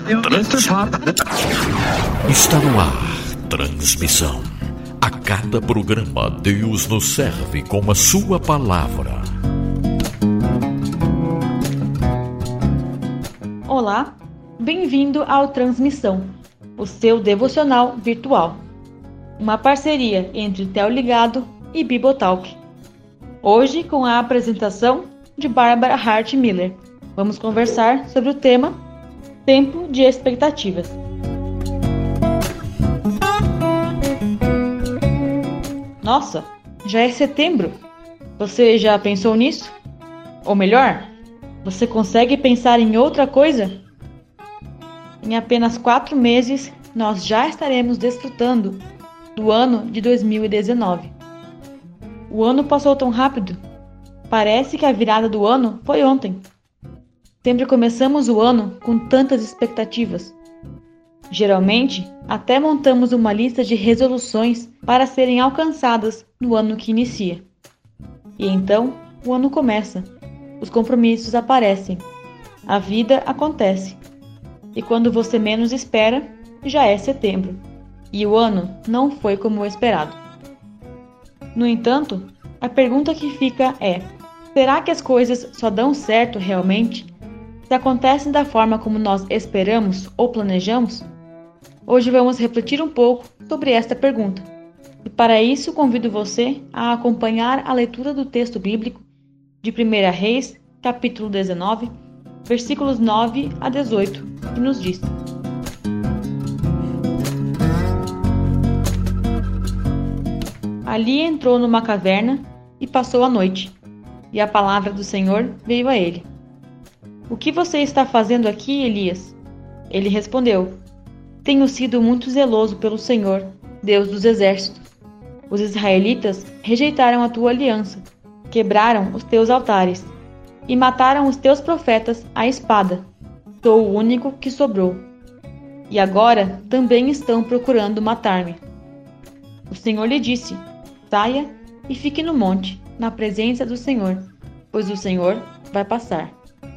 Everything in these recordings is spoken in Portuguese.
Está no ar, transmissão. A cada programa, Deus nos serve com a sua palavra. Olá, bem-vindo ao Transmissão, o seu devocional virtual. Uma parceria entre Theo Ligado e Bibotalk. Hoje com a apresentação de Bárbara Hart Miller. Vamos conversar sobre o tema Tempo de Expectativas. Nossa, já é setembro. Você já pensou nisso? Ou melhor, você consegue pensar em outra coisa? Em apenas 4 meses, nós já estaremos desfrutando do ano de 2019. O ano passou tão rápido. Parece que a virada do ano foi ontem. Sempre começamos o ano com tantas expectativas. Geralmente, até montamos uma lista de resoluções para serem alcançadas no ano que inicia. E então, o ano começa. Os compromissos aparecem. A vida acontece. E quando você menos espera, já é setembro. E o ano não foi como o esperado. No entanto, a pergunta que fica é: será que as coisas só dão certo realmente se acontecem da forma como nós esperamos ou planejamos? Hoje vamos refletir um pouco sobre esta pergunta. E para isso convido você a acompanhar a leitura do texto bíblico de 1 Reis, capítulo 19, versículos 9 a 18, que nos diz: Ali entrou numa caverna e passou a noite, e a palavra do Senhor veio a ele. O que você está fazendo aqui, Elias? Ele respondeu: Tenho sido muito zeloso pelo Senhor, Deus dos exércitos. Os israelitas rejeitaram a tua aliança, quebraram os teus altares e mataram os teus profetas à espada. Sou o único que sobrou. E agora também estão procurando matar-me. O Senhor lhe disse: Saia e fique no monte, na presença do Senhor, pois o Senhor vai passar.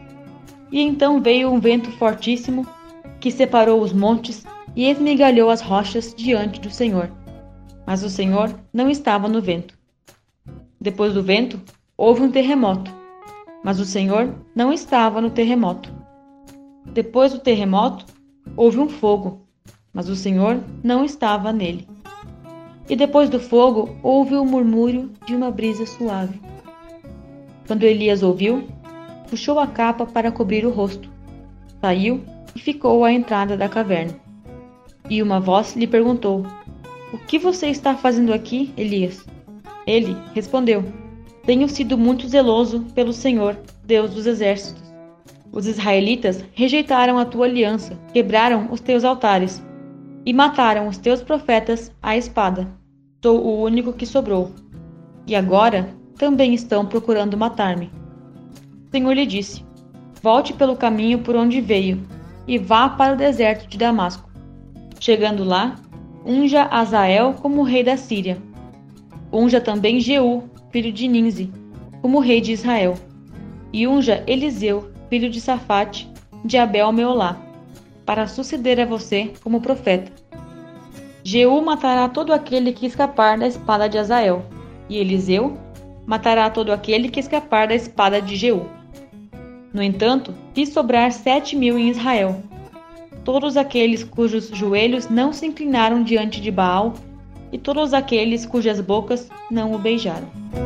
E então veio um vento fortíssimo, que separou os montes e esmigalhou as rochas diante do Senhor. Mas o Senhor não estava no vento. Depois do vento, houve um terremoto, mas o Senhor não estava no terremoto. Depois do terremoto, houve um fogo, mas o Senhor não estava nele. E depois do fogo, houve o murmúrio de uma brisa suave. Quando Elias ouviu, puxou a capa para cobrir o rosto, saiu e ficou à entrada da caverna. E uma voz lhe perguntou: O que você está fazendo aqui, Elias? Ele respondeu: Tenho sido muito zeloso pelo Senhor, Deus dos exércitos. Os israelitas rejeitaram a tua aliança, quebraram os teus altares e mataram os teus profetas à espada. Sou o único que sobrou. E agora também estão procurando matar-me. O Senhor lhe disse: Volte pelo caminho por onde veio e vá para o deserto de Damasco. Chegando lá, unja Azael como rei da Síria. Unja também Jeú, filho de Ninzi, como rei de Israel. E unja Eliseu, filho de Safate, de Abel-Meolá, para suceder a você como profeta. Jeú matará todo aquele que escapar da espada de Azael, e Eliseu matará todo aquele que escapar da espada de Jeú. No entanto, fiz sobrar 7.000 em Israel, todos aqueles cujos joelhos não se inclinaram diante de Baal, e todos aqueles cujas bocas não o beijaram.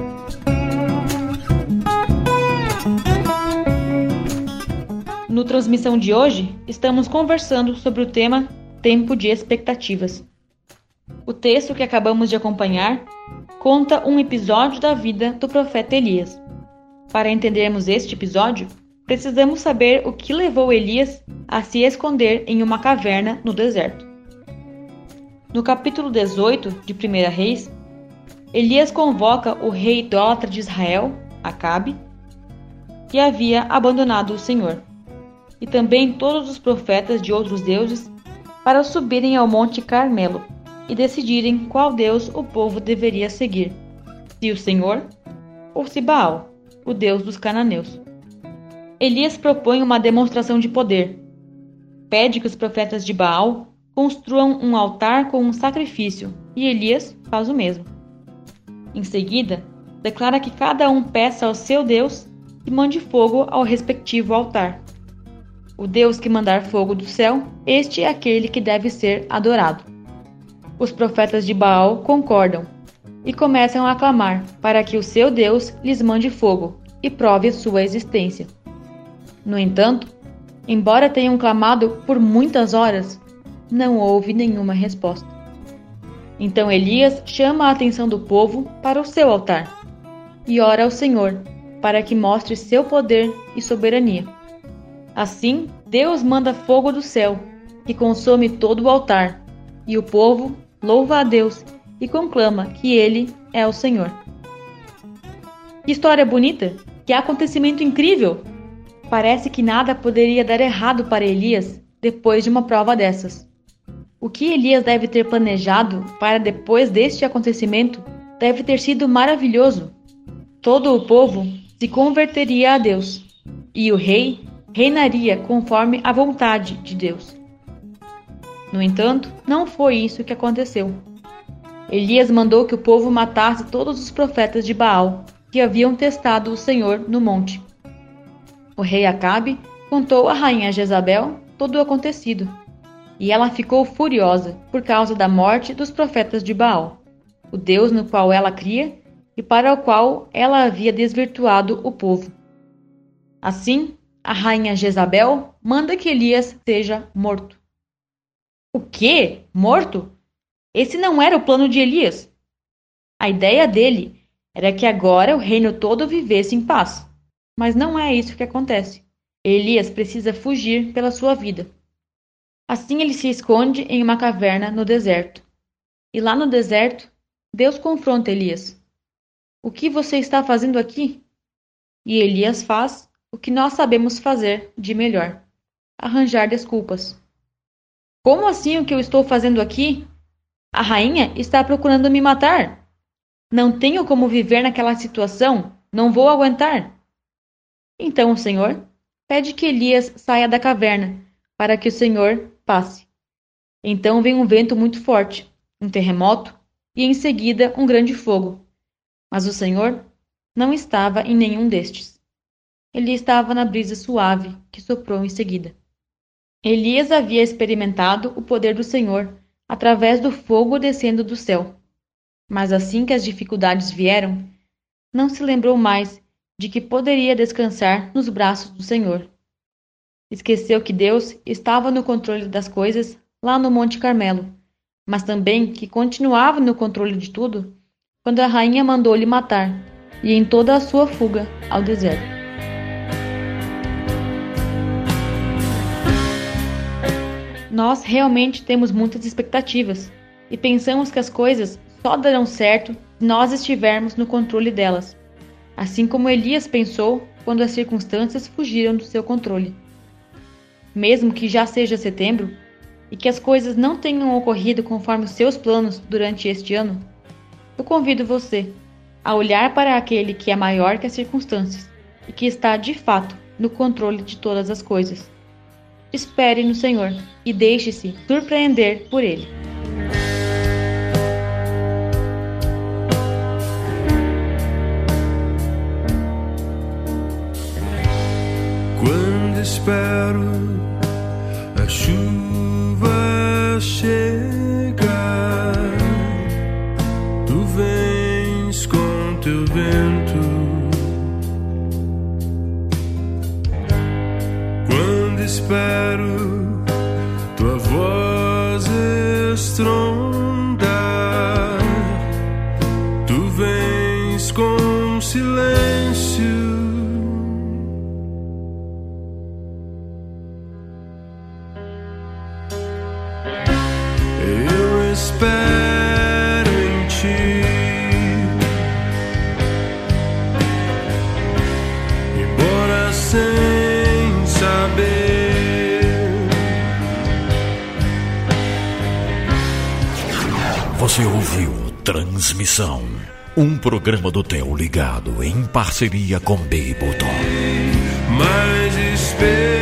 No Transmissão de hoje, estamos conversando sobre o tema Tempo de Expectativas. O texto que acabamos de acompanhar conta um episódio da vida do profeta Elias. Para entendermos este episódio, precisamos saber o que levou Elias a se esconder em uma caverna no deserto. No capítulo 18 de 1 Reis, Elias convoca o rei idólatra de Israel, Acabe, que havia abandonado o Senhor, e também todos os profetas de outros deuses, para subirem ao Monte Carmelo e decidirem qual Deus o povo deveria seguir, se o Senhor ou se Baal, o Deus dos cananeus. Elias propõe uma demonstração de poder. pede que os profetas de Baal construam um altar com um sacrifício, e Elias faz o mesmo. Em seguida, declara que cada um peça ao seu Deus e mande fogo ao respectivo altar. O Deus que mandar fogo do céu, este é aquele que deve ser adorado. Os profetas de Baal concordam e começam a clamar para que o seu Deus lhes mande fogo e prove sua existência. No entanto, embora tenham clamado por muitas horas, não houve nenhuma resposta. Então Elias chama a atenção do povo para o seu altar e ora ao Senhor para que mostre seu poder e soberania. Assim, Deus manda fogo do céu, que consome todo o altar, e o povo louva a Deus e conclama que Ele é o Senhor. Que história bonita! Que acontecimento incrível! Parece que nada poderia dar errado para Elias depois de uma prova dessas. O que Elias deve ter planejado para depois deste acontecimento deve ter sido maravilhoso. Todo o povo se converteria a Deus, e o rei reinaria conforme a vontade de Deus. No entanto, não foi isso que aconteceu. Elias mandou que o povo matasse todos os profetas de Baal que haviam testado o Senhor no monte. O rei Acabe contou à rainha Jezabel todo o acontecido, e ela ficou furiosa por causa da morte dos profetas de Baal, o Deus no qual ela cria e para o qual ela havia desvirtuado o povo. Assim, a rainha Jezabel manda que Elias seja morto. O quê? Morto? Esse não era o plano de Elias. A ideia dele era que agora o reino todo vivesse em paz. Mas não é isso que acontece. Elias precisa fugir pela sua vida. Assim ele se esconde em uma caverna no deserto. E lá no deserto, Deus confronta Elias. O que você está fazendo aqui? E Elias faz o que nós sabemos fazer de melhor: arranjar desculpas. Como assim o que eu estou fazendo aqui? A rainha está procurando me matar. Não tenho como viver naquela situação. Não vou aguentar. Então o Senhor pede que Elias saia da caverna para que o Senhor passe. Então vem um vento muito forte, um terremoto e em seguida um grande fogo. Mas o Senhor não estava em nenhum destes. Ele estava na brisa suave que soprou em seguida. Elias havia experimentado o poder do Senhor através do fogo descendo do céu. Mas assim que as dificuldades vieram, não se lembrou mais de que poderia descansar nos braços do Senhor. Esqueceu que Deus estava no controle das coisas lá no Monte Carmelo, mas também que continuava no controle de tudo quando a rainha mandou-lhe matar, e em toda a sua fuga ao deserto. Nós realmente temos muitas expectativas e pensamos que as coisas só darão certo se nós estivermos no controle delas, assim como Elias pensou quando as circunstâncias fugiram do seu controle. Mesmo que já seja setembro e que as coisas não tenham ocorrido conforme os seus planos durante este ano, eu convido você a olhar para aquele que é maior que as circunstâncias e que está de fato no controle de todas as coisas. Espere no Senhor e deixe-se surpreender por Ele. Quando espero a chuva chegar, tu vens com teu vento. Quando espero tua voz estrondar, tu vens com silêncio. Eu espero em ti, embora sem saber. Você ouviu Transmissão, um programa do Theo Ligado em parceria com Bibleton. Mas espero